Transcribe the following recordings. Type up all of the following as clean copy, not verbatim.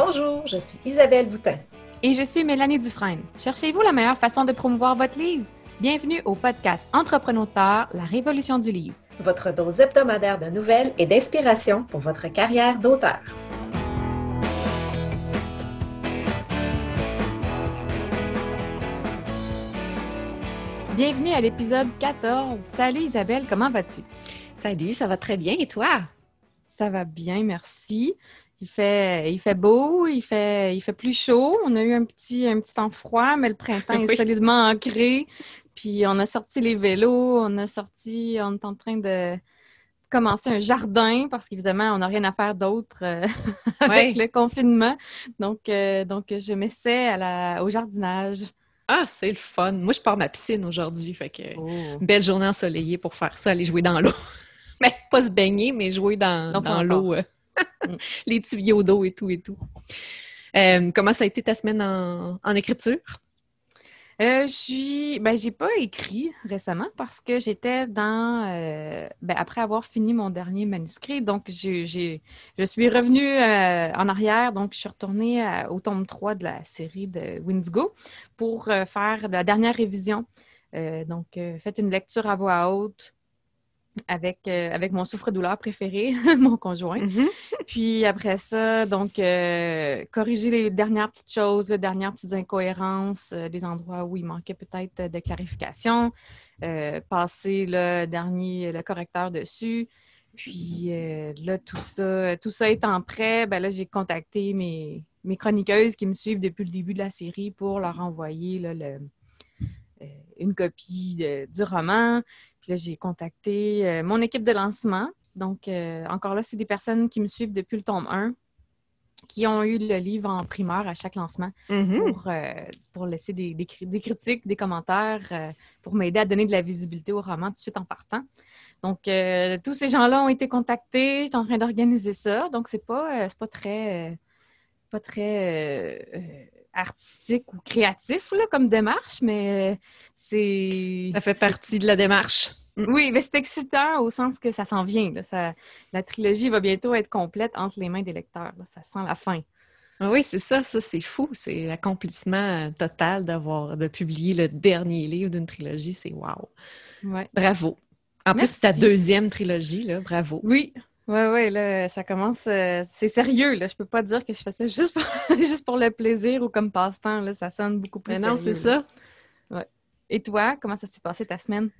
Bonjour, je suis Isabelle Boutin. Et je suis Mélanie Dufresne. Cherchez-vous la meilleure façon de promouvoir votre livre? Bienvenue au podcast Entrepreneur, la révolution du livre. Votre dose hebdomadaire de nouvelles et d'inspiration pour votre carrière d'auteur. Bienvenue à l'épisode 14. Salut Isabelle, comment vas-tu? Salut, ça va très bien et toi? Ça va bien, merci. Il fait beau, il fait plus chaud. On a eu un petit temps froid, mais le printemps est solidement ancré. Puis on a sorti les vélos, on est en train de commencer un jardin parce qu'évidemment, on n'a rien à faire d'autre avec le confinement. Donc, je m'essaie au jardinage. Ah, c'est le fun. Moi, je pars ma piscine aujourd'hui. Fait que une belle journée ensoleillée pour faire ça, aller jouer dans l'eau. Mais pas se baigner, mais jouer dans l'eau. Les tuyaux d'eau et tout. Comment ça a été ta semaine en écriture? J'ai pas écrit récemment parce que j'étais après avoir fini mon dernier manuscrit, donc je suis revenue en arrière, donc je suis retournée au tome 3 de la série de Windigo pour faire la dernière révision. Faites une lecture à voix haute avec mon souffre-douleur préféré, mon conjoint. Mm-hmm. Puis après ça, corriger les dernières petites choses, les dernières petites incohérences, des endroits où il manquait peut-être de clarification, passer le correcteur dessus. Puis là, tout ça étant prêt, là, j'ai contacté mes chroniqueuses qui me suivent depuis le début de la série pour leur envoyer là, une copie du roman. Puis là, j'ai contacté mon équipe de lancement. Donc, encore là, c'est des personnes qui me suivent depuis le tome 1 qui ont eu le livre en primeur à chaque lancement pour laisser des critiques, des commentaires, pour m'aider à donner de la visibilité au roman tout de suite en partant. Donc, tous ces gens-là ont été contactés. J'étais en train d'organiser ça. Donc, c'est pas très artistique ou créatif là, comme démarche, mais c'est... Ça fait partie de la démarche. Oui, mais c'est excitant au sens que ça s'en vient. Là. La trilogie va bientôt être complète entre les mains des lecteurs. Là. Ça sent la fin. Ah oui, c'est ça. Ça, c'est fou. C'est l'accomplissement total de publier le dernier livre d'une trilogie. C'est wow. Ouais. Bravo. En plus, c'est ta deuxième trilogie, là. Bravo. Oui. Oui, là, ça commence... c'est sérieux, là. Je peux pas dire que je fais ça juste pour le plaisir ou comme passe-temps, là. Ça sonne beaucoup plus sérieux. Non, c'est ça. Ouais. Et toi, comment ça s'est passé ta semaine?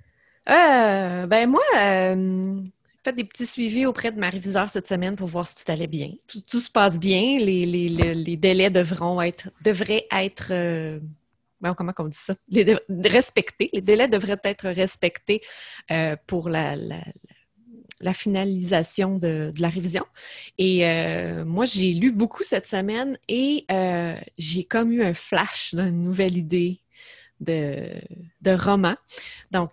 Moi, j'ai fait des petits suivis auprès de ma réviseure cette semaine pour voir si tout allait bien. Tout se passe bien. Les délais devraient être comment on dit ça? Respectés. Les délais devraient être respectés pour la finalisation de la révision. Et moi, j'ai lu beaucoup cette semaine et j'ai comme eu un flash d'une nouvelle idée de roman. Donc,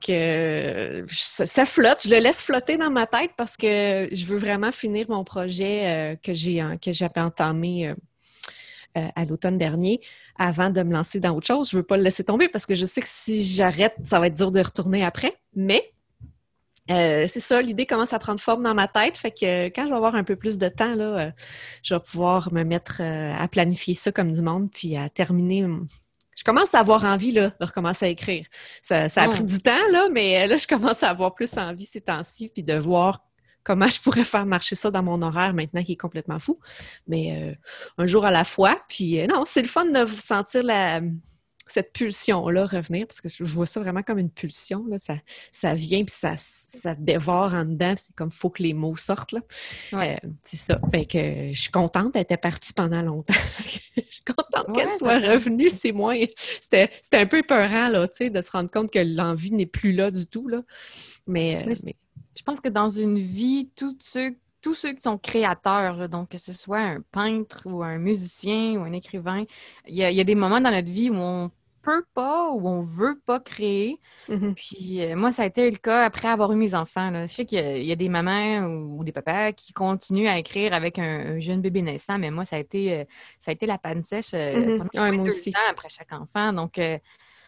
ça flotte. Je le laisse flotter dans ma tête parce que je veux vraiment finir mon projet que j'avais entamé à l'automne dernier avant de me lancer dans autre chose. Je veux pas le laisser tomber parce que je sais que si j'arrête, ça va être dur de retourner après. Mais c'est ça, l'idée commence à prendre forme dans ma tête. Fait que quand je vais avoir un peu plus de temps, là, je vais pouvoir me mettre à planifier ça comme du monde puis à terminer... Je commence à avoir envie là, de recommencer à écrire. Ça a pris du temps, là, mais là, je commence à avoir plus envie ces temps-ci, puis de voir comment je pourrais faire marcher ça dans mon horaire maintenant qui est complètement fou. Mais un jour à la fois. Puis non, c'est le fun de sentir cette pulsion-là revenir, parce que je vois ça vraiment comme une pulsion. Là. Ça vient, puis ça dévore en dedans, puis c'est comme, il faut que les mots sortent. Là. Ouais. C'est ça. Fait que je suis contente, elle était partie pendant longtemps. Je suis contente qu'elle soit revenue, c'est moins... C'était un peu épeurant, là, tu sais, de se rendre compte que l'envie n'est plus là du tout, là. Mais je pense que dans une vie, tous ceux qui sont créateurs, là, donc que ce soit un peintre ou un musicien ou un écrivain, il y a des moments dans notre vie où on peut pas ou on veut pas créer. Mm-hmm. Puis moi, ça a été le cas après avoir eu mes enfants. Là. Je sais qu'il y a des mamans ou des papas qui continuent à écrire avec un jeune bébé naissant, mais moi, ça a été la panne sèche pendant 2 ans après chaque enfant. Donc,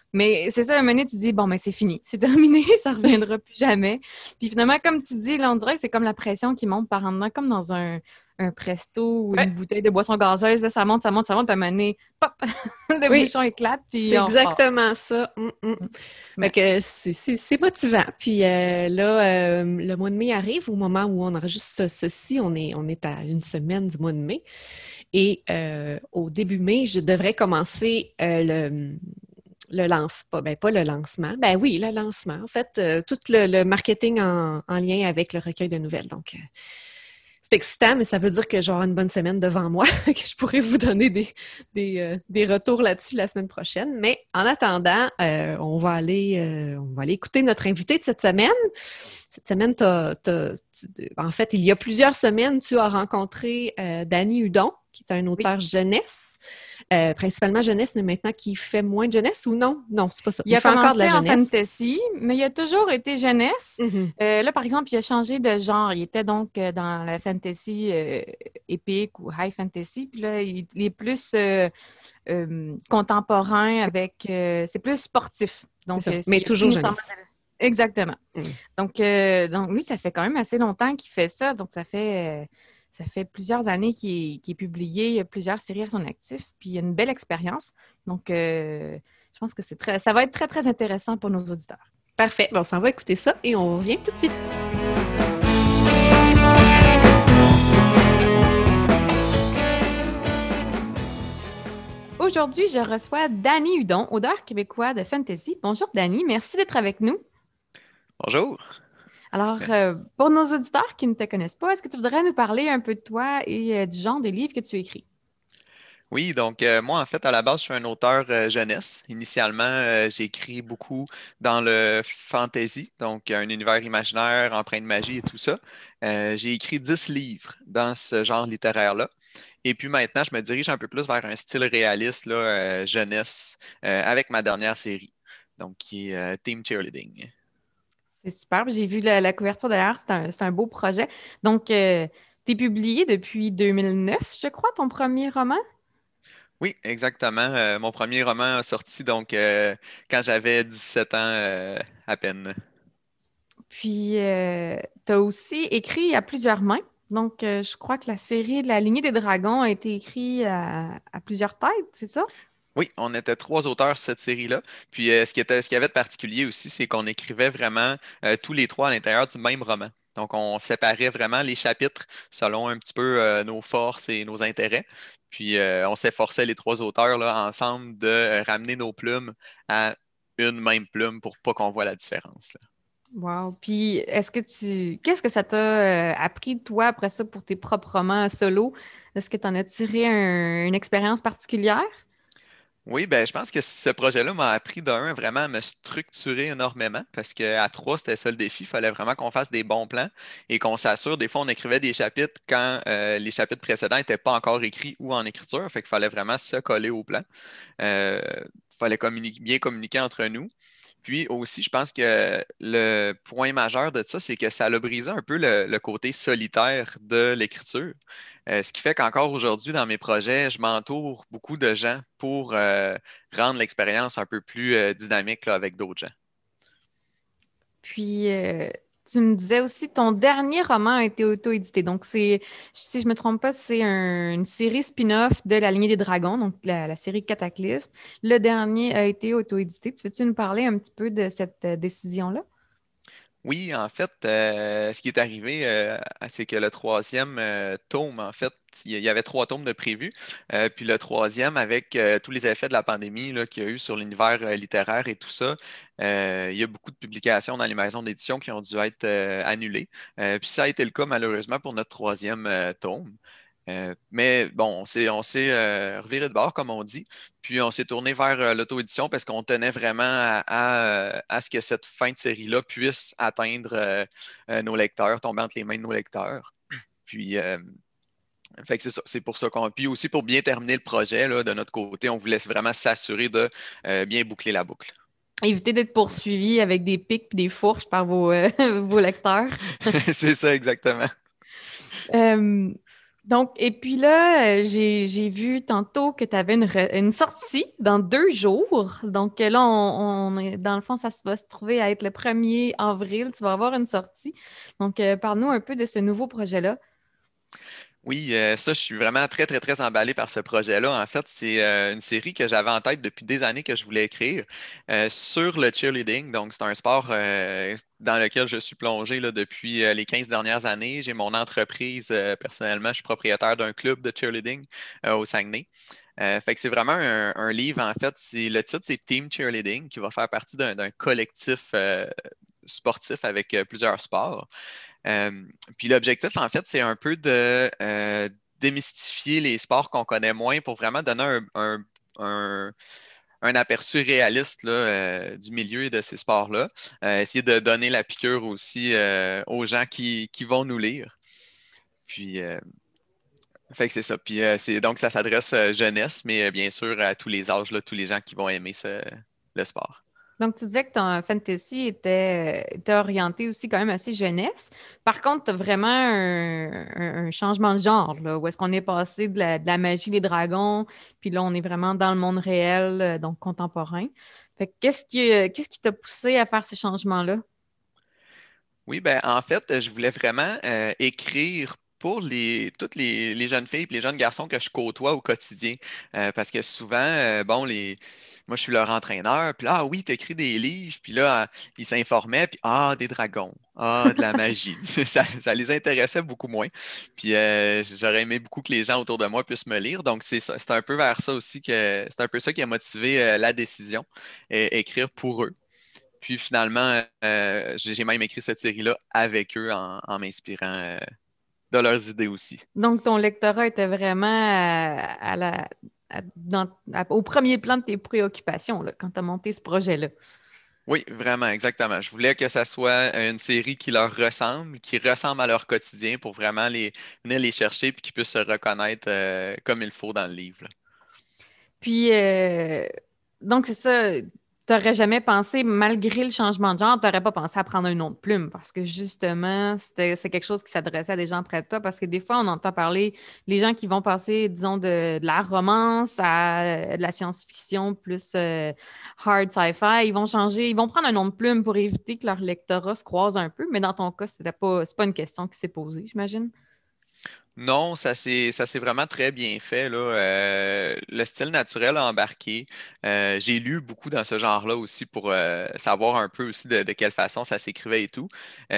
Mais c'est ça, à un moment donné, tu dis, bon, mais c'est fini, c'est terminé, ça reviendra plus jamais. Puis finalement, comme tu dis, là, on dirait que c'est comme la pression qui monte par en dedans, comme dans un presto ou une Ouais, bouteille de boisson gazeuse, là, ça monte, ça monte, ça monte, puis à un moment donné, pop, le oui, bouchon éclate, puis c'est on repart. exactement ça. Fait Mais que c'est motivant. Puis là, le mois de mai arrive, au moment où on enregistre ceci, on est à une semaine du mois de mai. Et au début mai, je devrais commencer le lancement. Pas le lancement. Ben oui, le lancement. En fait, tout le marketing en lien avec le recueil de nouvelles. Donc, c'est excitant, mais ça veut dire que j'aurai une bonne semaine devant moi, que je pourrai vous donner des retours là-dessus la semaine prochaine. Mais en attendant, on va aller écouter notre invité de cette semaine. Cette semaine, en fait, il y a plusieurs semaines, tu as rencontré Danny Hudon, qui est un oui. auteur jeunesse, principalement jeunesse, mais maintenant qui fait moins de jeunesse ou non? Non, c'est pas ça. Il Il a fait encore de la commencé en jeunesse. fantasy, mais il a toujours été jeunesse. Mhm. Là, par exemple, il a changé de genre. Il était donc dans la fantasy épique ou high fantasy. Puis là, il est plus contemporain avec... c'est plus sportif. C'est Donc, ça. il Mais n'y a plus toujours nécessairement... jeunesse. Exactement. Mm. Donc, lui, ça fait quand même assez longtemps qu'il fait ça. Donc, ça fait plusieurs années qu'il est publié. Il y a plusieurs séries à son actif. Puis, il y a une belle expérience. Donc, je pense que ça va être très, très intéressant pour nos auditeurs. Parfait. Bon, on s'en va écouter ça et on revient tout de suite. Aujourd'hui, je reçois Danny Hudon, auteur québécois de fantasy. Bonjour, Danny. Merci d'être avec nous. Bonjour. Alors, pour nos auditeurs qui ne te connaissent pas, est-ce que tu voudrais nous parler un peu de toi et du genre de livres que tu écris? Oui, donc moi, en fait, à la base, je suis un auteur jeunesse. Initialement, j'ai écrit beaucoup dans le fantasy, donc un univers imaginaire, empreint de magie et tout ça. J'ai écrit 10 livres dans ce genre littéraire-là. Et puis maintenant, je me dirige un peu plus vers un style réaliste, là, jeunesse, avec ma dernière série, donc qui est Team Cheerleading. C'est superbe. J'ai vu la couverture d'ailleurs. C'est un beau projet. Donc, tu es publié depuis 2009, je crois, ton premier roman? Oui, exactement. Mon premier roman a sorti donc quand j'avais 17 ans à peine. Puis, tu as aussi écrit à plusieurs mains. Donc, je crois que la série de la lignée des dragons a été écrite à plusieurs têtes, c'est ça? Oui, on était 3 auteurs sur cette série-là. Puis ce qu'il y avait de particulier aussi, c'est qu'on écrivait vraiment tous les 3 à l'intérieur du même roman. Donc, on séparait vraiment les chapitres selon un petit peu nos forces et nos intérêts. Puis, on s'efforçait les 3 auteurs là, ensemble de ramener nos plumes à une même plume pour pas qu'on voit la différence, là. Wow. Puis, qu'est-ce que ça t'a appris, toi, après ça, pour tes propres romans solo? Est-ce que tu en as tiré une expérience particulière? Oui, ben, je pense que ce projet-là m'a appris d'un vraiment à me structurer énormément parce qu'à 3, c'était ça le défi. Il fallait vraiment qu'on fasse des bons plans et qu'on s'assure. Des fois, on écrivait des chapitres quand les chapitres précédents n'étaient pas encore écrits ou en écriture. Fait qu'il fallait vraiment se coller au plan. Il fallait bien communiquer entre nous. Puis aussi, je pense que le point majeur de ça, c'est que ça a brisé un peu le côté solitaire de l'écriture. Ce qui fait qu'encore aujourd'hui, dans mes projets, je m'entoure beaucoup de gens pour rendre l'expérience un peu plus dynamique là, avec d'autres gens. Puis, tu me disais aussi, ton dernier roman a été auto-édité. Donc, si je ne me trompe pas, c'est une série spin-off de La Lignée des Dragons, donc la série Cataclysme. Le dernier a été auto-édité. Tu veux-tu nous parler un petit peu de cette décision-là? Oui, en fait, ce qui est arrivé, c'est que le troisième tome, en fait, il y avait 3 tomes de prévu. Puis le troisième, avec tous les effets de la pandémie là, qu'il y a eu sur l'univers littéraire et tout ça, il y a beaucoup de publications dans les maisons d'édition qui ont dû être annulées. Puis ça a été le cas malheureusement pour notre troisième tome. Mais bon, on s'est reviré de bord, comme on dit, puis on s'est tourné vers l'auto-édition parce qu'on tenait vraiment à ce que cette fin de série-là puisse atteindre nos lecteurs, tomber entre les mains de nos lecteurs. Puis, fait que c'est ça, c'est pour ça qu'on. Puis aussi pour bien terminer le projet, là, de notre côté, on voulait vraiment s'assurer de bien boucler la boucle. Éviter d'être poursuivi avec des pics et des fourches par vos lecteurs. C'est ça, exactement. Euh, Donc, et puis là, j'ai vu tantôt que tu avais une sortie dans 2 jours. Donc là, dans le fond, va se trouver à être le 1er avril. Tu vas avoir une sortie. Donc, parle-nous un peu de ce nouveau projet-là. Oui, ça, je suis vraiment très, très, très emballé par ce projet-là. En fait, c'est une série que j'avais en tête depuis des années que je voulais écrire sur le cheerleading. Donc, c'est un sport dans lequel je suis plongé là, depuis les 15 dernières années. J'ai mon entreprise. Personnellement, je suis propriétaire d'un club de cheerleading au Saguenay. Fait que c'est vraiment un livre, en fait. Le titre, c'est Team Cheerleading, qui va faire partie d'un collectif sportif avec plusieurs sports. Euh, Puis l'objectif, en fait, c'est un peu de démystifier les sports qu'on connaît moins pour vraiment donner un- un aperçu réaliste là, du milieu et de ces sports-là. Essayer de donner la piqûre aussi aux gens qui vont nous lire. Puis, fait que c'est ça. Puis, donc, ça s'adresse jeunesse, mais bien sûr à tous les âges, là, tous les gens qui vont aimer le sport. Donc, tu disais que ton fantasy était orienté aussi quand même assez jeunesse. Par contre, tu as vraiment un changement de genre, là, où est-ce qu'on est passé de la magie, les dragons, puis là, on est vraiment dans le monde réel, donc contemporain. Fait que qu'est-ce qui t'a poussé à faire ces changements-là? Oui, ben en fait, je voulais vraiment écrire pour toutes les jeunes filles et les jeunes garçons que je côtoie au quotidien. Parce que souvent, bon, moi, je suis leur entraîneur, puis là, ah oui, t'écris des livres, puis là, ils s'informaient, puis ah, des dragons, ah, de la magie. Ça les intéressait beaucoup moins. Puis j'aurais aimé beaucoup que les gens autour de moi puissent me lire. Donc, c'est ça, c'est un peu vers ça aussi c'est un peu ça qui a motivé la décision, écrire pour eux. Puis finalement, j'ai même écrit cette série-là avec eux en m'inspirant de leurs idées aussi. Donc, ton lectorat était vraiment au premier plan de tes préoccupations là, quand tu as monté ce projet-là. Oui, vraiment, exactement. Je voulais que ça soit une série qui leur ressemble, qui ressemble à leur quotidien pour vraiment venir les chercher puis qu'ils puissent se reconnaître comme il faut dans le livre, là. Puis, donc, c'est ça. T'aurais jamais pensé, malgré le changement de genre, t'aurais pas pensé à prendre un nom de plume parce que justement, c'est quelque chose qui s'adressait à des gens près de toi parce que des fois, on entend parler les gens qui vont passer, disons, de la romance à de la science-fiction plus hard sci-fi, ils vont changer, ils vont prendre un nom de plume pour éviter que leur lectorat se croise un peu, mais dans ton cas, c'est pas une question qui s'est posée, j'imagine. Non, ça s'est vraiment très bien fait, là. Le style naturel a embarqué. J'ai lu beaucoup dans ce genre-là aussi pour savoir un peu aussi de quelle façon ça s'écrivait et tout.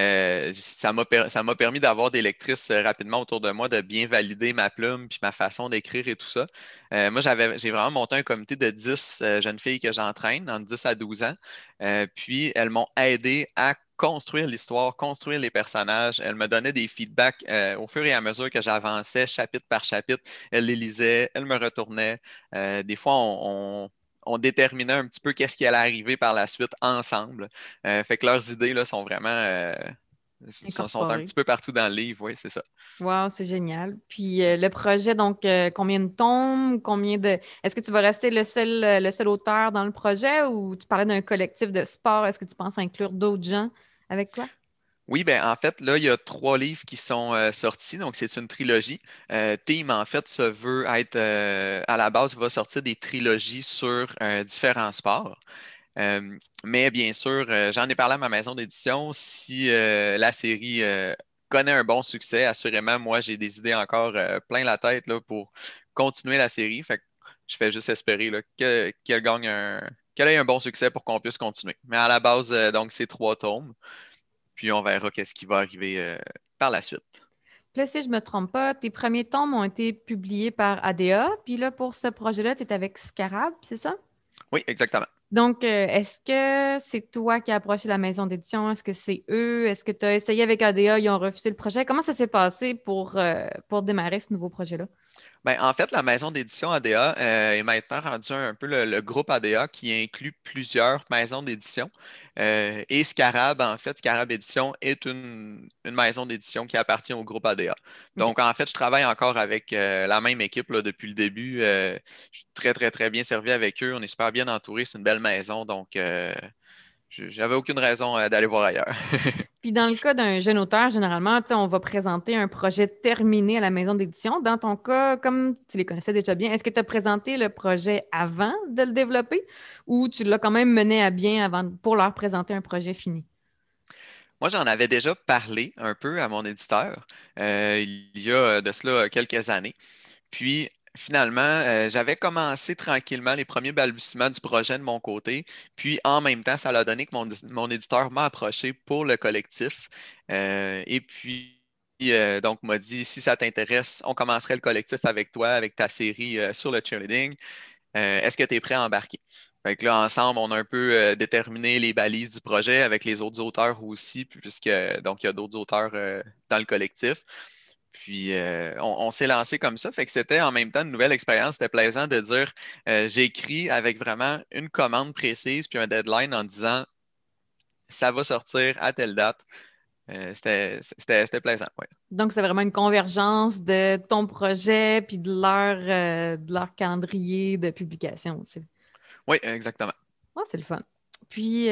Ça m'a permis d'avoir des lectrices rapidement autour de moi, de bien valider ma plume puis ma façon d'écrire et tout ça. Moi, j'ai vraiment monté un comité de 10 jeunes filles que j'entraîne, entre 10 à 12 ans. Puis elles m'ont aidé à construire l'histoire, construire les personnages. Elle me donnait des feedbacks au fur et à mesure que j'avançais, chapitre par chapitre. Elle les lisait, elle me retournait. Des fois, on déterminait un petit peu qu'est-ce qui allait arriver par la suite ensemble. Fait que leurs idées là, sont vraiment sont un Incorporé. petit peu partout dans le livre, oui, c'est ça. Wow, c'est génial. Puis le projet, donc, combien de tomes, Est-ce que tu vas rester le seul auteur dans le projet ou tu parlais d'un collectif de sport? Est-ce que tu penses inclure d'autres gens avec toi? Oui, ben en fait, là, il y a 3 livres qui sont sortis, donc c'est une trilogie. Team, en fait, se veut être à la base, va sortir des trilogies sur différents sports. Mais bien sûr, j'en ai parlé à ma maison d'édition. Si la série connaît un bon succès, assurément, moi, j'ai des idées encore plein la tête là, pour continuer la série. Fait que je fais juste espérer là, qu'elle ait un bon succès pour qu'on puisse continuer. Mais à la base, donc, c'est 3 tomes. Puis on verra qu'est-ce qui va arriver par la suite. Puis là, si je ne me trompe pas, tes premiers tomes ont été publiés par ADA. Puis là, pour ce projet-là, tu es avec Scarab, c'est ça? Oui, exactement. Donc, est-ce que c'est toi qui as approché la maison d'édition? Est-ce que c'est eux? Est-ce que tu as essayé avec ADA? Ils ont refusé le projet? Comment ça s'est passé pour démarrer ce nouveau projet-là? Ben, en fait, la maison d'édition ADA est maintenant rendue un peu le groupe ADA qui inclut plusieurs maisons d'édition. Et Scarab, en fait, Scarab Édition est une maison d'édition qui appartient au groupe ADA. OK. Donc, en fait, je travaille encore avec la même équipe là, depuis le début. Je suis très, très, très bien servi avec eux. On est super bien entouré. C'est une belle maison. Donc, j'avais aucune raison d'aller voir ailleurs. Puis dans le cas d'un jeune auteur, généralement, on va présenter un projet terminé à la maison d'édition. Dans ton cas, comme tu les connaissais déjà bien, est-ce que tu as présenté le projet avant de le développer ou tu l'as quand même mené à bien avant pour leur présenter un projet fini? Moi, j'en avais déjà parlé un peu à mon éditeur il y a de cela quelques années. Puis, finalement, j'avais commencé tranquillement les premiers balbutiements du projet de mon côté. Puis, en même temps, ça l'a donné que mon éditeur m'a approché pour le collectif. Et puis, donc, m'a dit, si ça t'intéresse, on commencerait le collectif avec toi, avec ta série sur le cheerleading. Est-ce que tu es prêt à embarquer? Fait que là, ensemble, on a un peu déterminé les balises du projet avec les autres auteurs aussi, puisque donc il y a d'autres auteurs dans le collectif. Puis on s'est lancé comme ça. Fait que c'était en même temps une nouvelle expérience. C'était plaisant de dire j'ai écrit avec vraiment une commande précise puis un deadline en disant ça va sortir à telle date. C'était plaisant, ouais. Donc, c'est vraiment une convergence de ton projet puis de leur calendrier de publication aussi. Oui, exactement. Ah, c'est le fun. Puis,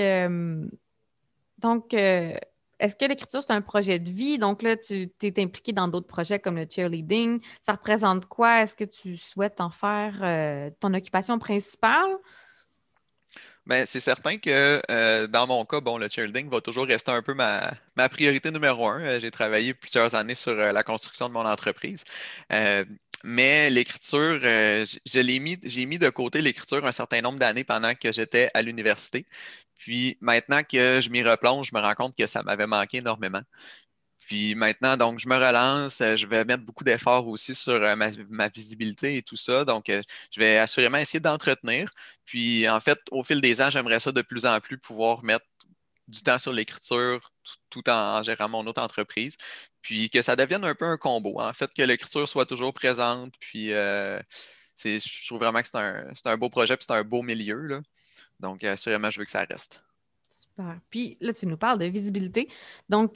donc, est-ce que l'écriture, c'est un projet de vie? Donc là, tu t'es impliqué dans d'autres projets comme le cheerleading. Ça représente quoi? Est-ce que tu souhaites en faire ton occupation principale? Ben, c'est certain que dans mon cas, bon, le cheerleading va toujours rester un peu ma priorité numéro un. J'ai travaillé plusieurs années sur la construction de mon entreprise. Euh, mais l'écriture, j'ai mis de côté l'écriture un certain nombre d'années pendant que j'étais à l'université. Puis maintenant que je m'y replonge, je me rends compte que ça m'avait manqué énormément. Puis maintenant, donc, je me relance. Je vais mettre beaucoup d'efforts aussi sur ma visibilité et tout ça. Donc, je vais assurément essayer d'entretenir. Puis, en fait, au fil des ans, j'aimerais ça de plus en plus pouvoir mettre du temps sur l'écriture tout en gérant mon autre entreprise. Puis, que ça devienne un peu un combo. En fait, que l'écriture soit toujours présente. Puis, je trouve vraiment que c'est un beau projet puis c'est un beau milieu, là. Donc, assurément, je veux que ça reste. Super. Puis là, tu nous parles de visibilité. Donc,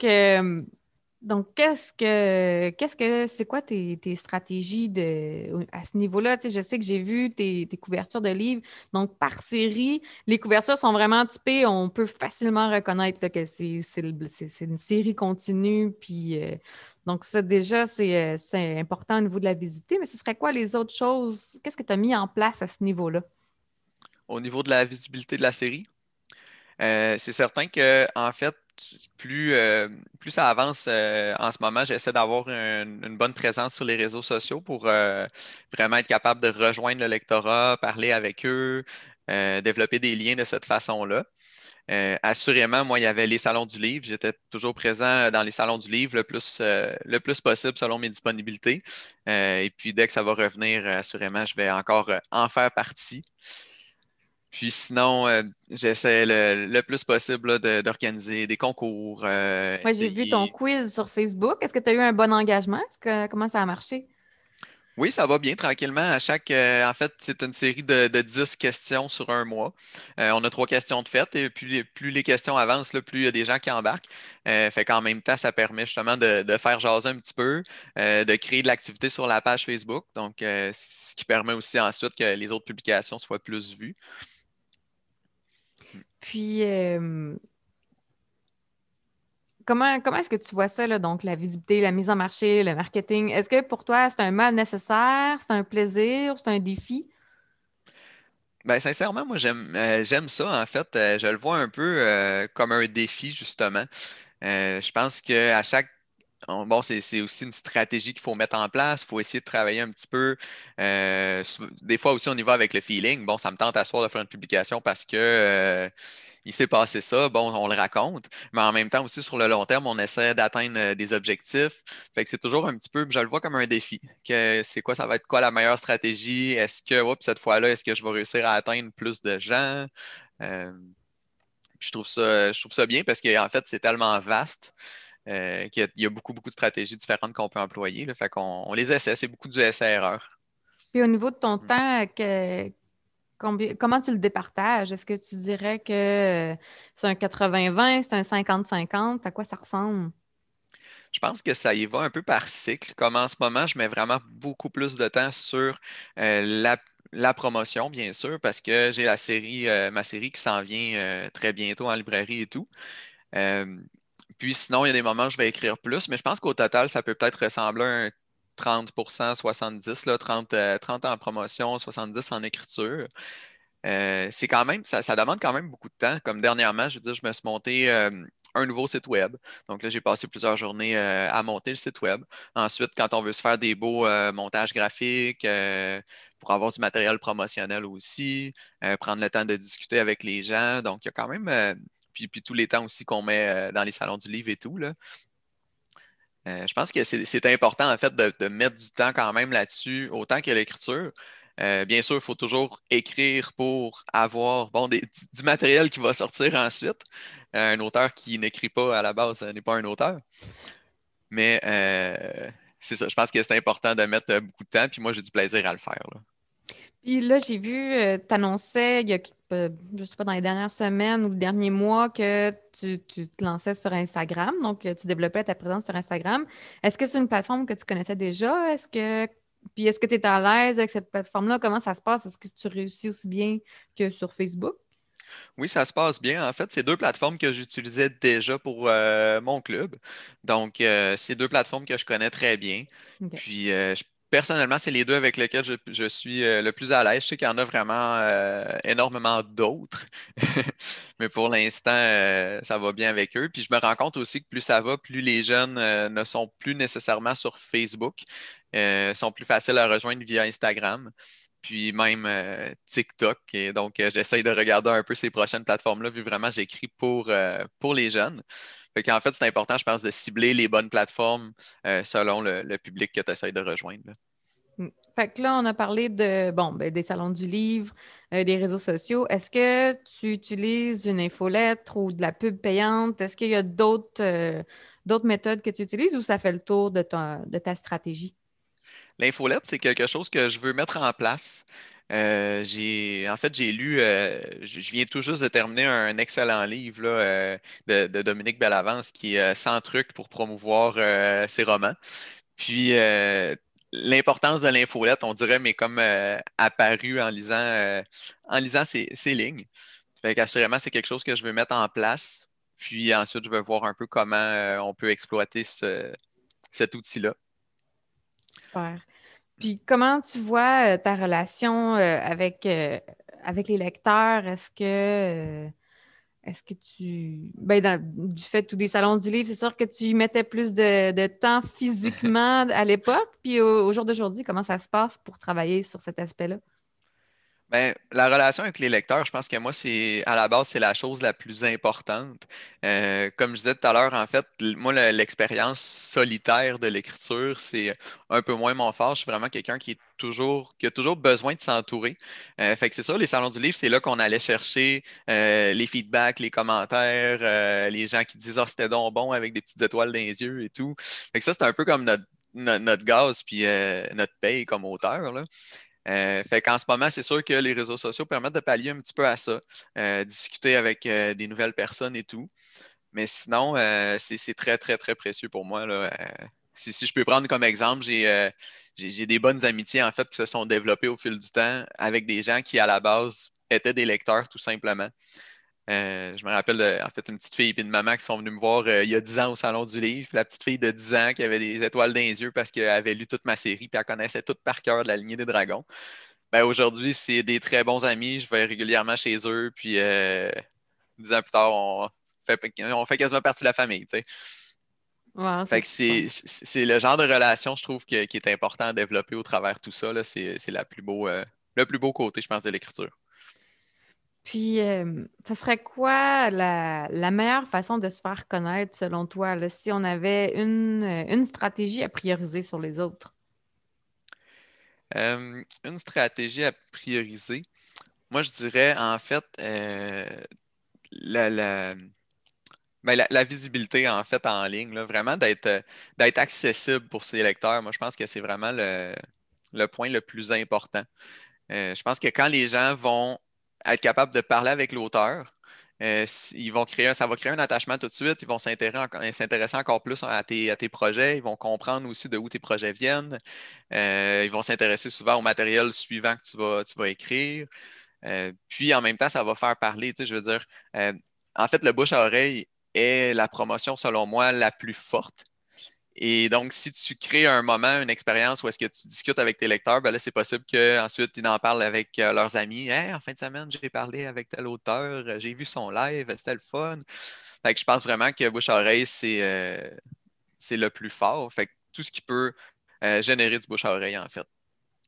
c'est quoi tes stratégies à ce niveau-là? Tu sais, je sais que j'ai vu tes couvertures de livres. Donc, par série, les couvertures sont vraiment typées. On peut facilement reconnaître là, que c'est une série continue. Puis, donc, ça, déjà, c'est important au niveau de la visibilité. Mais ce serait quoi les autres choses? Qu'est-ce que tu as mis en place à ce niveau-là? Au niveau de la visibilité de la série, c'est certain que, en fait, plus ça avance en ce moment, j'essaie d'avoir une bonne présence sur les réseaux sociaux pour vraiment être capable de rejoindre le lectorat, parler avec eux, développer des liens de cette façon-là. Assurément, moi, il y avait les salons du livre. J'étais toujours présent dans les salons du livre le plus possible selon mes disponibilités. Et puis, dès que ça va revenir, assurément, je vais encore en faire partie. Puis sinon, j'essaie le plus possible là, d'organiser des concours, Moi, j'ai vu ton essayer. quiz sur Facebook. Est-ce que tu as eu un bon engagement? Comment ça a marché? Oui, ça va bien tranquillement. En fait, c'est une série de 10 questions sur un mois. On a 3 questions de fait et plus les questions avancent, là, plus il y a des gens qui embarquent. Fait qu'en même temps, ça permet justement de faire jaser un petit peu, de créer de l'activité sur la page Facebook. Donc, ce qui permet aussi ensuite que les autres publications soient plus vues. Puis, comment est-ce que tu vois ça, là, donc la visibilité, la mise en marché, le marketing? Est-ce que pour toi, c'est un mal nécessaire, c'est un plaisir, c'est un défi? Ben, sincèrement, moi, j'aime ça. En fait, je le vois un peu comme un défi, justement. Je pense qu'à chaque. Bon, c'est aussi une stratégie qu'il faut mettre en place. Il faut essayer de travailler un petit peu. Des fois aussi, on y va avec le feeling. Bon, ça me tente à soir de faire une publication parce que il s'est passé ça. Bon, on le raconte. Mais en même temps aussi, sur le long terme, on essaie d'atteindre des objectifs. Fait que c'est toujours un petit peu, je le vois comme un défi. Que c'est quoi, ça va être quoi la meilleure stratégie? Est-ce que, oups, cette fois-là, est-ce que je vais réussir à atteindre plus de gens? Euh, je trouve ça bien parce qu'en fait, c'est tellement vaste qu'il y a beaucoup, beaucoup de stratégies différentes qu'on peut employer, là. Fait qu'on on les essaie, c'est beaucoup du essai-erreur. Puis au niveau de ton Mm. temps, comment tu le départages? Est-ce que tu dirais que c'est un 80-20, c'est un 50-50? À quoi ça ressemble? Je pense que ça y va un peu par cycle. Comme en ce moment, je mets vraiment beaucoup plus de temps sur euh, la, la promotion, bien sûr, parce que j'ai ma série qui s'en vient très bientôt en librairie et tout. Euh, Puis sinon, il y a des moments où je vais écrire plus, mais je pense qu'au total, ça peut peut-être ressembler à un 30%, 70, là, 30 en promotion, 70 en écriture. C'est quand même, ça demande quand même beaucoup de temps. Comme dernièrement, je veux dire, je me suis monté un nouveau site web. Donc là, j'ai passé plusieurs journées à monter le site web. Ensuite, quand on veut se faire des beaux montages graphiques pour avoir du matériel promotionnel aussi, prendre le temps de discuter avec les gens. Donc, il y a quand même, puis tous les temps aussi qu'on met dans les salons du livre et tout, là. Je pense que c'est important, en fait, de mettre du temps quand même là-dessus, autant que l'écriture. Bien sûr, il faut toujours écrire pour avoir bon, du matériel qui va sortir ensuite. Un auteur qui n'écrit pas à la base n'est pas un auteur. Mais c'est ça, je pense que c'est important de mettre beaucoup de temps, puis moi, j'ai du plaisir à le faire, là. Puis là, j'ai vu, t'annonçais il y a, je sais pas, dans les dernières semaines ou le dernier mois que tu te lançais sur Instagram, donc tu développais ta présence sur Instagram. Est-ce que c'est une plateforme que tu connaissais déjà? Est-ce que tu es à l'aise avec cette plateforme-là? Comment ça se passe? Est-ce que tu réussis aussi bien que sur Facebook? Oui, ça se passe bien. En fait, c'est deux plateformes que j'utilisais déjà pour mon club. Donc, c'est deux plateformes que je connais très bien. OK. Puis, personnellement, c'est les deux avec lesquelles je suis le plus à l'aise. Je sais qu'il y en a vraiment énormément d'autres. Mais pour l'instant, ça va bien avec eux. Puis, je me rends compte aussi que plus ça va, plus les jeunes ne sont plus nécessairement sur Facebook, sont plus faciles à rejoindre via Instagram puis même TikTok. Et donc, j'essaye de regarder un peu ces prochaines plateformes-là, vu vraiment j'écris pour les jeunes. Fait qu'en fait, c'est important, je pense, de cibler les bonnes plateformes selon le public que tu essayes de rejoindre, là. Mm. Fait que là, on a parlé des salons du livre, des réseaux sociaux. Est-ce que tu utilises une infolettre ou de la pub payante? Est-ce qu'il y a d'autres méthodes que tu utilises ou ça fait le tour de ta stratégie? L'infolette, c'est quelque chose que je veux mettre en place. En fait, j'ai lu, je viens tout juste de terminer un excellent livre là, de Dominique Bellavance qui est 100 trucs pour promouvoir ses romans. Puis l'importance de l'infolette, on dirait, mais comme apparu en lisant ces lignes. Fait qu'assurément, c'est quelque chose que je veux mettre en place. Puis ensuite, je vais voir un peu comment on peut exploiter cet outil-là. Super. Puis comment tu vois ta relation avec les lecteurs? Est-ce que du fait de tous des salons du livre, c'est sûr que tu y mettais plus de temps physiquement à l'époque, puis au jour d'aujourd'hui, comment ça se passe pour travailler sur cet aspect-là? Ben, la relation avec les lecteurs, je pense que moi, c'est à la base, c'est la chose la plus importante. Comme je disais tout à l'heure, en fait, moi, l'expérience solitaire de l'écriture, c'est un peu moins mon fort. Je suis vraiment quelqu'un qui a toujours besoin de s'entourer. Fait que c'est ça, les salons du livre, c'est là qu'on allait chercher les feedbacks, les commentaires, les gens qui disent, ah, c'était donc bon avec des petites étoiles dans les yeux et tout. Fait que ça, c'est un peu comme notre gaz puis notre paye comme auteur, là. Fait qu'en ce moment, c'est sûr que les réseaux sociaux permettent de pallier un petit peu à ça, discuter avec des nouvelles personnes et tout. Mais sinon, c'est très, très, très précieux pour moi, là. Si je peux prendre comme exemple, j'ai des bonnes amitiés en fait qui se sont développées au fil du temps avec des gens qui, à la base, étaient des lecteurs tout simplement. Je me rappelle, en fait, une petite fille et une maman qui sont venues me voir il y a 10 ans au Salon du Livre. Puis la petite fille de 10 ans qui avait des étoiles dans les yeux parce qu'elle avait lu toute ma série puis elle connaissait tout par cœur de la lignée des dragons. Ben, aujourd'hui, c'est des très bons amis. Je vais régulièrement chez eux. Puis 10 ans plus tard, on fait quasiment partie de la famille, tu sais. Ouais, Fait c'est que super. c'est le genre de relation, je trouve, qui est important à développer au travers de tout ça, là. C'est le plus beau côté, je pense, de l'écriture. Puis, ça serait quoi la meilleure façon de se faire connaître selon toi, là, si on avait une stratégie à prioriser sur les autres? Une stratégie à prioriser. Moi, je dirais en fait la, la, la visibilité en fait en ligne, là, vraiment d'être accessible pour ses lecteurs. Moi, je pense que c'est vraiment le point le plus important. Je pense que quand les gens vont être capables de parler avec l'auteur, ça va créer un attachement tout de suite. Ils vont s'intéresser encore plus à tes projets. Ils vont comprendre aussi de où tes projets viennent. Ils vont s'intéresser souvent au matériel suivant que tu vas écrire. Puis en même temps, ça va faire parler. Tu sais, je veux dire, en fait, le bouche à oreille est la promotion, selon moi, la plus forte. Et donc, si tu crées un moment, une expérience où est-ce que tu discutes avec tes lecteurs, ben là, c'est possible qu'ensuite, ils en parlent avec leurs amis. Hey, en fin de semaine, j'ai parlé avec tel auteur, j'ai vu son live, c'était le fun. Fait que je pense vraiment que bouche à oreille, c'est le plus fort. Fait que tout ce qui peut générer du bouche à oreille, en fait.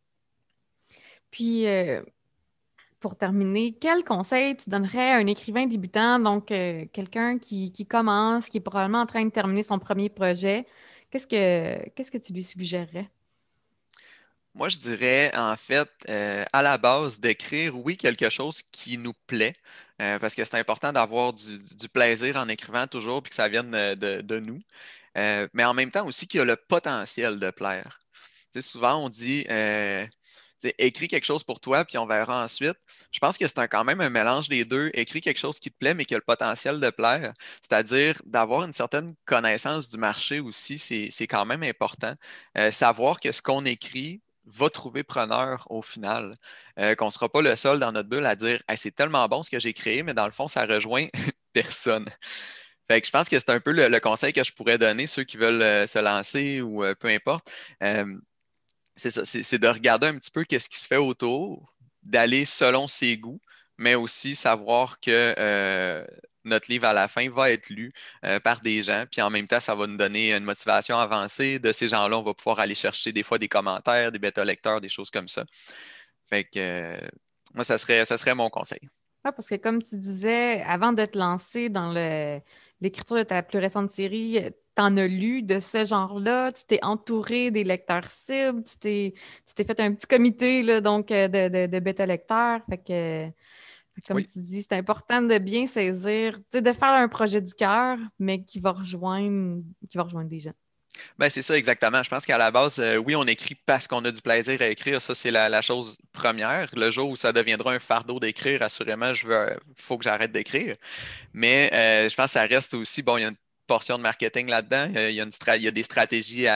Puis, pour terminer, quel conseil tu donnerais à un écrivain débutant, donc quelqu'un qui commence, qui est probablement en train de terminer son premier projet? Qu'est-ce que tu lui suggérerais? Moi, je dirais, en fait, à la base, d'écrire, oui, quelque chose qui nous plaît, parce que c'est important d'avoir du plaisir en écrivant toujours, puis que ça vienne de nous. Mais en même temps aussi qu'il y a le potentiel de plaire. Tu sais, souvent, on dit, tu sais, écris quelque chose pour toi, puis on verra ensuite. Je pense que c'est quand même un mélange des deux. Écris quelque chose qui te plaît, mais qui a le potentiel de plaire. C'est-à-dire d'avoir une certaine connaissance du marché aussi, c'est quand même important. Savoir que ce qu'on écrit va trouver preneur au final. Qu'on ne sera pas le seul dans notre bulle à dire hey, c'est tellement bon ce que j'ai créé, mais dans le fond, ça rejoint personne. Fait que je pense que c'est un peu le conseil que je pourrais donner, ceux qui veulent se lancer ou peu importe. Euh, c'est ça, c'est de regarder un petit peu qu'est-ce qui se fait autour, d'aller selon ses goûts, mais aussi savoir que notre livre à la fin va être lu par des gens, puis en même temps, ça va nous donner une motivation avancée. De ces gens-là, on va pouvoir aller chercher des fois des commentaires, des bêta-lecteurs, des choses comme ça. Fait que moi, ça serait mon conseil. Ouais, parce que comme tu disais, avant de te lancer dans l'écriture de ta plus récente série, tu en as lu de ce genre-là, tu t'es entouré des lecteurs cibles, tu t'es fait un petit comité là, donc, de bêta-lecteurs. Fait que comme Oui. tu dis, c'est important de bien saisir, tu sais, de faire un projet du cœur, mais qui va rejoindre des gens. Ben, c'est ça exactement. Je pense qu'à la base, oui, on écrit parce qu'on a du plaisir à écrire. Ça, c'est la chose première. Le jour où ça deviendra un fardeau d'écrire, assurément, faut que j'arrête d'écrire. Mais je pense que ça reste aussi, bon, il y a une portion de marketing là-dedans. Il y a des stratégies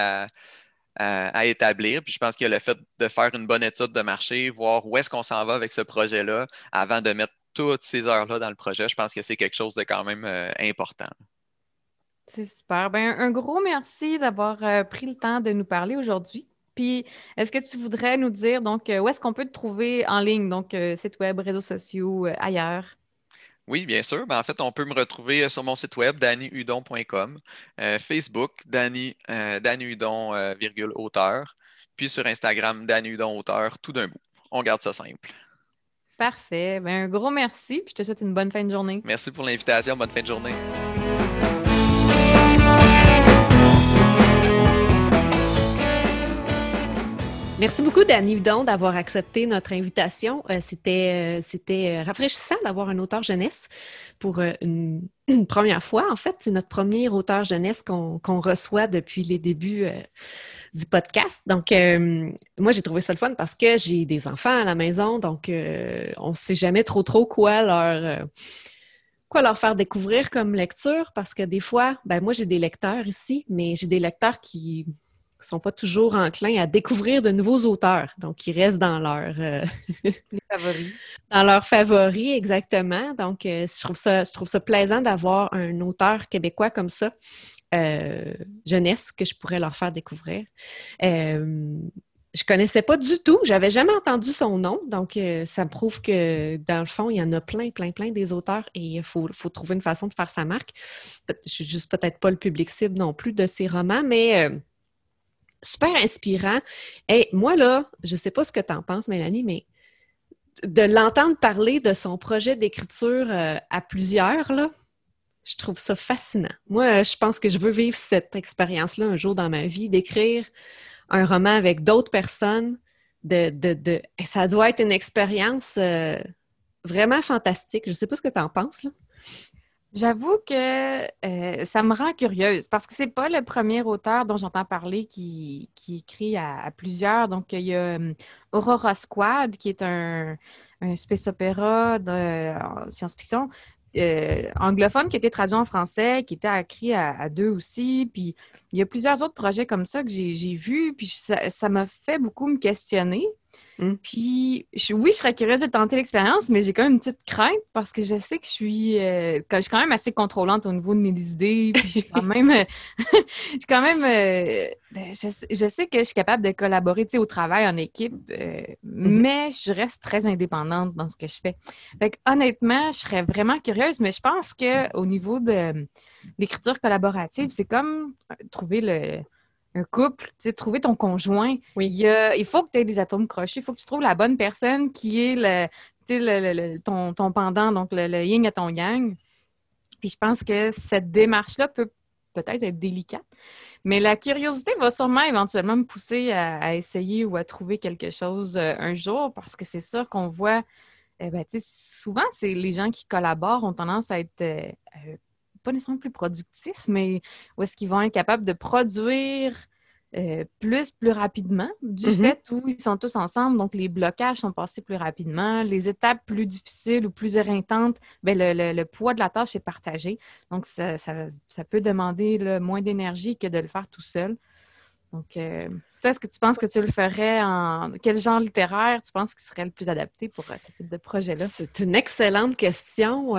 à établir. Puis je pense que le fait de faire une bonne étude de marché, voir où est-ce qu'on s'en va avec ce projet-là, avant de mettre toutes ces heures-là dans le projet, je pense que c'est quelque chose de quand même important. C'est super. Ben, un gros merci d'avoir pris le temps de nous parler aujourd'hui. Puis, est-ce que tu voudrais nous dire, donc, où est-ce qu'on peut te trouver en ligne, donc, site web, réseaux sociaux, ailleurs? Oui, bien sûr. Ben, en fait, on peut me retrouver sur mon site web, dannyhudon.com, Facebook, Danny Hudon, virgule, auteur, puis sur Instagram, Danny Hudon, auteur, tout d'un bout. On garde ça simple. Parfait. Ben, un gros merci, puis je te souhaite une bonne fin de journée. Merci pour l'invitation. Bonne fin de journée. Merci beaucoup, Danny Hudon, d'avoir accepté notre invitation. C'était rafraîchissant d'avoir un auteur jeunesse pour une première fois. En fait, c'est notre premier auteur jeunesse qu'on reçoit depuis les débuts du podcast. Donc, moi, j'ai trouvé ça le fun parce que j'ai des enfants à la maison, donc on ne sait jamais trop quoi leur faire découvrir comme lecture parce que des fois, ben moi, j'ai des lecteurs ici, mais j'ai des lecteurs qui sont pas toujours enclins à découvrir de nouveaux auteurs. Donc, ils restent dans Les favoris. dans leurs favoris, exactement. Donc, je trouve ça plaisant d'avoir un auteur québécois comme ça, jeunesse, que je pourrais leur faire découvrir. Je connaissais pas du tout, j'avais jamais entendu son nom, donc ça me prouve que dans le fond, il y en a plein des auteurs et il faut trouver une façon de faire sa marque. Je suis juste peut-être pas le public cible non plus de ces romans, mais super inspirant. Et moi, là, je sais pas ce que tu en penses, Mélanie, mais de l'entendre parler de son projet d'écriture à plusieurs, là, je trouve ça fascinant. Moi, je pense que je veux vivre cette expérience-là un jour dans ma vie, d'écrire un roman avec d'autres personnes. Ça doit être une expérience vraiment fantastique. Je sais pas ce que tu en penses, là. J'avoue que ça me rend curieuse parce que c'est pas le premier auteur dont j'entends parler qui écrit à plusieurs. Donc, il y a Aurora Squad qui est un space opéra en science-fiction. anglophone qui a été traduit en français, qui était écrit à deux aussi. Puis il y a plusieurs autres projets comme ça que j'ai vus, puis ça m'a fait beaucoup me questionner. Puis, oui, je serais curieuse de tenter l'expérience, mais j'ai quand même une petite crainte parce que je sais que je suis quand même assez contrôlante au niveau de mes idées. Puis, je suis quand même, je sais que je suis capable de collaborer, tu sais, au travail, en équipe, mais je reste très indépendante dans ce que je fais. Fait que, honnêtement, je serais vraiment curieuse, mais je pense qu'au niveau de l'écriture collaborative, c'est comme trouver un couple, tu sais, trouver ton conjoint. Oui. Il faut que tu aies des atomes crochus, il faut que tu trouves la bonne personne qui est ton pendant, donc le yin à ton yang. Puis je pense que cette démarche-là peut peut-être être délicate, mais la curiosité va sûrement éventuellement me pousser à essayer ou à trouver quelque chose un jour, parce que c'est sûr qu'on voit, souvent, c'est les gens qui collaborent ont tendance à être pas nécessairement plus productifs, mais où est-ce qu'ils vont être capables de produire plus rapidement du fait où ils sont tous ensemble. Donc, les blocages sont passés plus rapidement. Les étapes plus difficiles ou plus éreintantes, le poids de la tâche est partagé. Donc, ça peut demander moins d'énergie que de le faire tout seul. Donc, est-ce que tu penses que tu le ferais en quel genre littéraire tu penses qui serait le plus adapté pour ce type de projet-là? C'est une excellente question.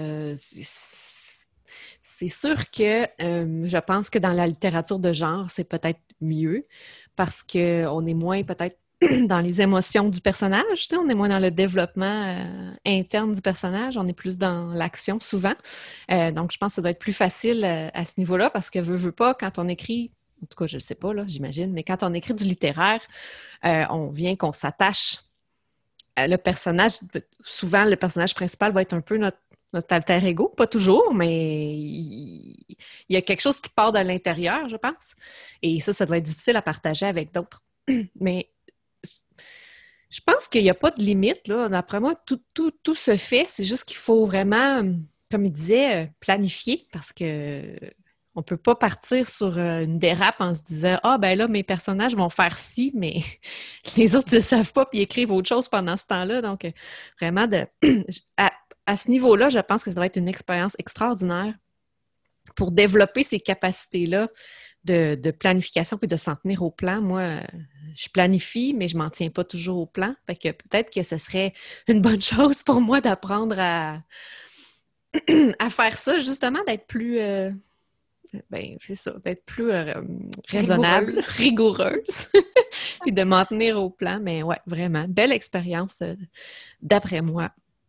C'est sûr que je pense que dans la littérature de genre, c'est peut-être mieux parce qu'on est moins peut-être dans les émotions du personnage, tu sais, on est moins dans le développement interne du personnage, on est plus dans l'action souvent. Donc, je pense que ça doit être plus facile à ce niveau-là parce que veut pas, quand on écrit, en tout cas, je ne sais pas, là, j'imagine, mais quand on écrit du littéraire, on vient qu'on s'attache à le personnage. Souvent, le personnage principal va être un peu notre alter ego, pas toujours, mais il y a quelque chose qui part de l'intérieur, je pense. Et ça doit être difficile à partager avec d'autres. Mais je pense qu'il n'y a pas de limite, là. D'après moi, tout se fait. C'est juste qu'il faut vraiment, comme il disait, planifier parce que on ne peut pas partir sur une dérape en se disant « Ah, ben là, mes personnages vont faire ci, mais les autres ne le savent pas puis écrivent autre chose pendant ce temps-là. » Donc, vraiment, à ce niveau-là, je pense que ça va être une expérience extraordinaire pour développer ces capacités-là de planification puis de s'en tenir au plan. Moi, je planifie, mais je ne m'en tiens pas toujours au plan. Fait que peut-être que ce serait une bonne chose pour moi d'apprendre à faire ça, justement, d'être plus... c'est ça, d'être plus raisonnable, rigoureuse, puis de m'en tenir au plan. Mais ouais, vraiment, belle expérience d'après moi.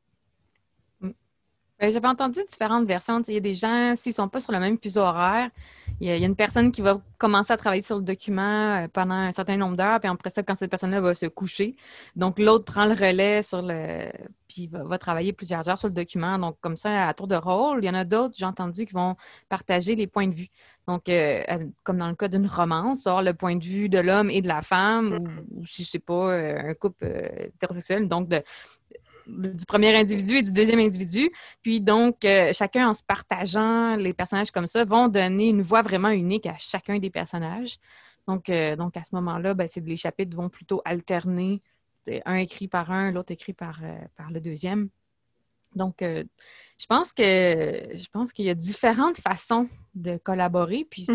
J'avais entendu différentes versions. Il y a des gens, s'ils ne sont pas sur le même fuseau horaire, il y a une personne qui va commencer à travailler sur le document pendant un certain nombre d'heures, puis après ça, quand cette personne-là va se coucher, donc l'autre prend le relais puis va travailler plusieurs heures sur le document. Donc, comme ça, à tour de rôle, il y en a d'autres, j'ai entendu, qui vont partager les points de vue. Donc, comme dans le cas d'une romance, le point de vue de l'homme et de la femme, ou si c'est pas un couple hétérosexuel, donc du premier individu et du deuxième individu. Puis donc, chacun en se partageant les personnages comme ça vont donner une voix vraiment unique à chacun des personnages. Donc à ce moment-là, les chapitres vont plutôt alterner, un écrit par un, l'autre écrit par le deuxième. Donc, je pense qu'il y a différentes façons de collaborer, puis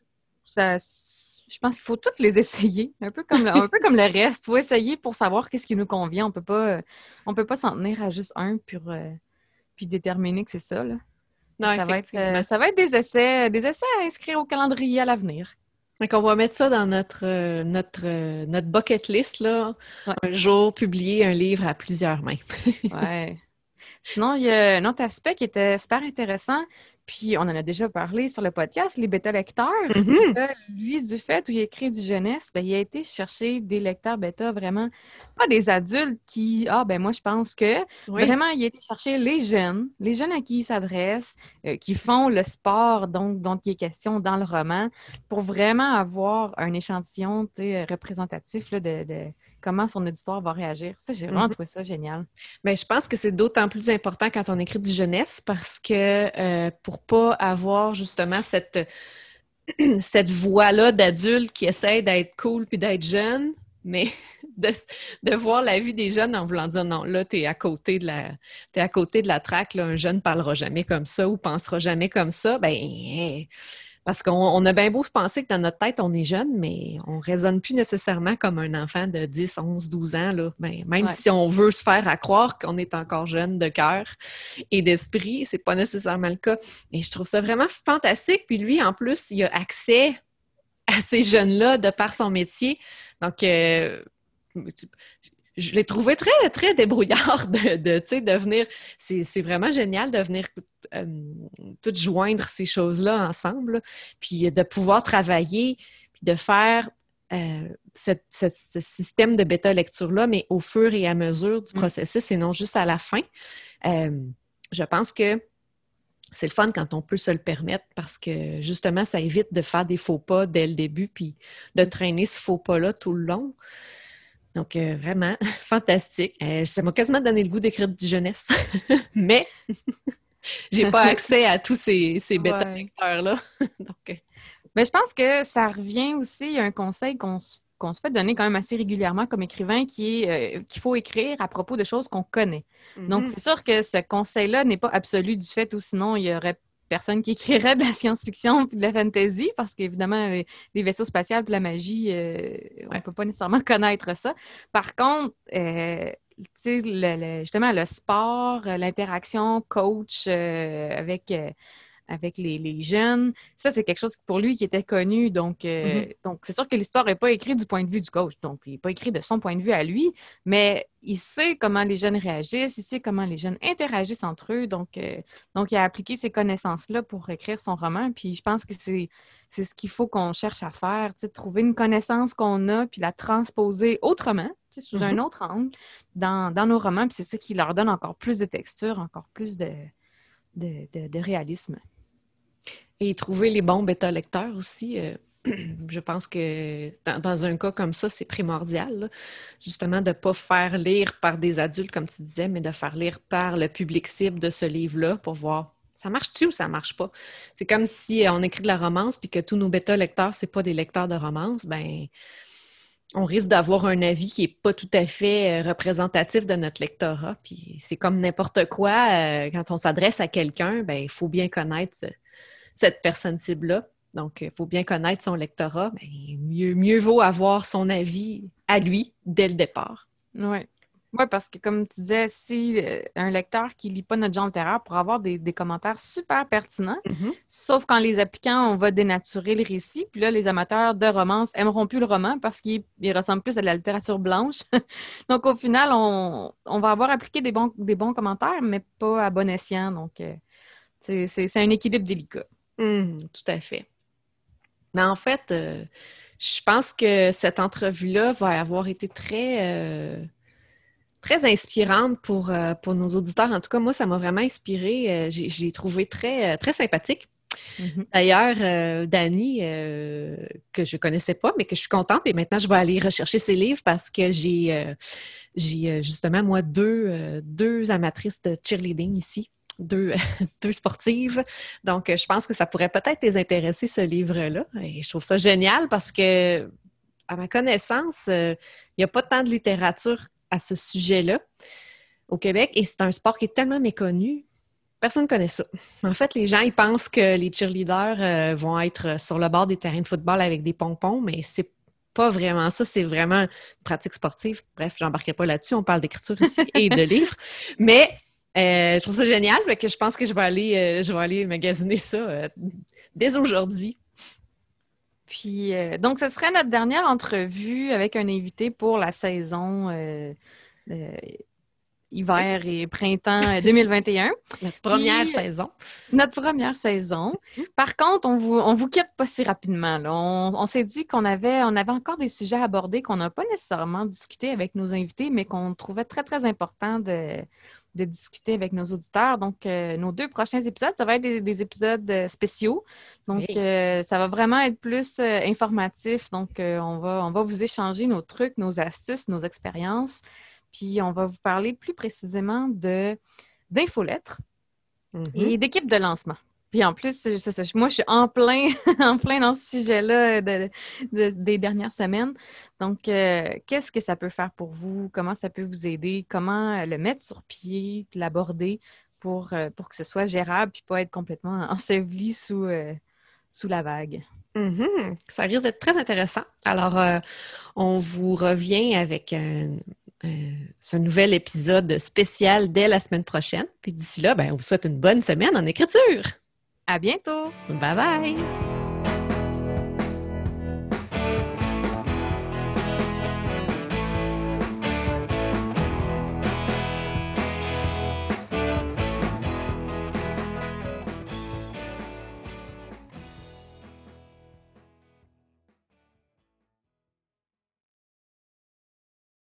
je pense qu'il faut toutes les essayer, un peu comme le reste. Il faut essayer pour savoir qu'est-ce qui nous convient. On peut pas s'en tenir à juste un puis déterminer que c'est ça, là. Non, ça va être des essais à inscrire au calendrier à l'avenir. Donc, on va mettre ça dans notre bucket list, là. Ouais. Un jour, publier un livre à plusieurs mains. Ouais. Sinon, il y a un autre aspect qui était super intéressant, puis on en a déjà parlé sur le podcast, les bêta-lecteurs. Lui, du fait où il écrit du jeunesse, il a été chercher des lecteurs bêta vraiment, pas des adultes qui, moi je pense que, vraiment, il a été chercher les jeunes à qui il s'adresse, qui font le sport dont il est question dans le roman, pour vraiment avoir un échantillon représentatif là, de comment son auditoire va réagir. Ça, j'ai vraiment trouvé ça génial. Bien, je pense que c'est d'autant plus important quand on écrit du jeunesse parce que pour pas avoir justement cette voix-là d'adulte qui essaie d'être cool puis d'être jeune, mais de voir la vie des jeunes en voulant dire non, là, t'es à côté de la traque, là, un jeune parlera jamais comme ça ou pensera jamais comme ça, parce qu'on a bien beau penser que dans notre tête, on est jeune, mais on ne raisonne plus nécessairement comme un enfant de 10, 11, 12 ans. Là. Même si on veut se faire à croire qu'on est encore jeune de cœur et d'esprit, c'est pas nécessairement le cas. Mais je trouve ça vraiment fantastique. Puis lui, en plus, il a accès à ces jeunes-là de par son métier. Donc, je l'ai trouvé très, très débrouillard de venir. C'est vraiment génial de venir tout joindre ces choses-là ensemble, là, puis de pouvoir travailler, puis de faire ce système de bêta-lecture-là, mais au fur et à mesure du processus et non juste à la fin. Je pense que c'est le fun quand on peut se le permettre parce que, justement, ça évite de faire des faux pas dès le début puis de traîner ce faux pas-là tout le long. Donc, vraiment, fantastique. Ça m'a quasiment donné le goût d'écrire du jeunesse. Mais, j'ai pas accès à tous ces bêta-lecteurs-là. Donc, mais je pense que ça revient aussi, il y a un conseil qu'on se fait donner quand même assez régulièrement comme écrivain qui est qu'il faut écrire à propos de choses qu'on connaît. Donc, c'est sûr que ce conseil-là n'est pas absolu du fait, ou sinon, il y aurait personne qui écrirait de la science-fiction et de la fantasy, parce qu'évidemment, les vaisseaux spatials et la magie, on ne peut pas nécessairement connaître ça. Par contre, justement, le sport, l'interaction coach avec les jeunes, ça, c'est quelque chose pour lui qui était connu. Donc, c'est sûr que l'histoire n'est pas écrite du point de vue du coach. Donc, il n'est pas écrit de son point de vue à lui, mais il sait comment les jeunes réagissent, il sait comment les jeunes interagissent entre eux. Donc il a appliqué ces connaissances-là pour écrire son roman. Puis, je pense que c'est ce qu'il faut qu'on cherche à faire, trouver une connaissance qu'on a, puis la transposer autrement, sous un autre angle, dans nos romans. Puis, c'est ça qui leur donne encore plus de texture, encore plus de réalisme. Et trouver les bons bêta-lecteurs aussi. Je pense que dans un cas comme ça, c'est primordial, là. Justement, de ne pas faire lire par des adultes, comme tu disais, mais de faire lire par le public cible de ce livre-là pour voir ça marche-tu ou ça marche pas. C'est comme si on écrit de la romance puis que tous nos bêta-lecteurs, c'est pas des lecteurs de romance, on risque d'avoir un avis qui n'est pas tout à fait représentatif de notre lectorat. Puis c'est comme n'importe quoi, quand on s'adresse à quelqu'un, il faut bien connaître cette personne cible-là. Donc, il faut bien connaître son lectorat. Mieux vaut avoir son avis à lui dès le départ. Oui. Oui, parce que comme tu disais, si un lecteur qui ne lit pas notre genre littéraire pourra avoir des commentaires super pertinents, sauf qu'en les appliquant, on va dénaturer le récit. Puis là, les amateurs de romance n'aimeront plus le roman parce qu'il ressemble plus à de la littérature blanche. Donc, au final, on va avoir appliqué des bons commentaires, mais pas à bon escient. Donc, c'est un équilibre délicat. Tout à fait. Mais en fait, je pense que cette entrevue-là va avoir été très inspirante pour nos auditeurs. En tout cas, moi, ça m'a vraiment inspirée. J'ai trouvé très, très sympathique. D'ailleurs, Dani, que je ne connaissais pas, mais que je suis contente, et maintenant, je vais aller rechercher ses livres parce que j'ai justement, moi, deux amatrices de cheerleading ici. Deux sportives. Donc, je pense que ça pourrait peut-être les intéresser, ce livre-là. Et je trouve ça génial parce que, à ma connaissance, il n'y a pas tant de littérature à ce sujet-là au Québec et c'est un sport qui est tellement méconnu. Personne ne connaît ça. En fait, les gens, ils pensent que les cheerleaders vont être sur le bord des terrains de football avec des pompons, mais c'est pas vraiment ça. C'est vraiment une pratique sportive. Bref, j'embarquerai pas là-dessus. On parle d'écriture ici et de livres. Mais je trouve ça génial, mais que je pense que je vais aller magasiner ça dès aujourd'hui. Puis, donc, ce serait notre dernière entrevue avec un invité pour la saison hiver et printemps 2021. Notre première saison. Notre première saison. Par contre, on vous quitte pas si rapidement, là. On s'est dit qu'on avait encore des sujets à aborder qu'on n'a pas nécessairement discuté avec nos invités, mais qu'on trouvait très, très important de discuter avec nos auditeurs. Donc, nos 2 prochains épisodes, ça va être des épisodes spéciaux. Donc, ça va vraiment être plus informatif. Donc, on va vous échanger nos trucs, nos astuces, nos expériences. Puis, on va vous parler plus précisément d'infolettres et d'équipes de lancement. Puis en plus, c'est ça, moi, je suis en plein, en plein dans ce sujet-là des dernières semaines. Donc, qu'est-ce que ça peut faire pour vous? Comment ça peut vous aider? Comment le mettre sur pied, puis l'aborder pour que ce soit gérable, puis pas être complètement enseveli sous la vague? Ça risque d'être très intéressant. Alors, on vous revient avec ce nouvel épisode spécial dès la semaine prochaine. Puis d'ici là, on vous souhaite une bonne semaine en écriture. À bientôt! Bye bye!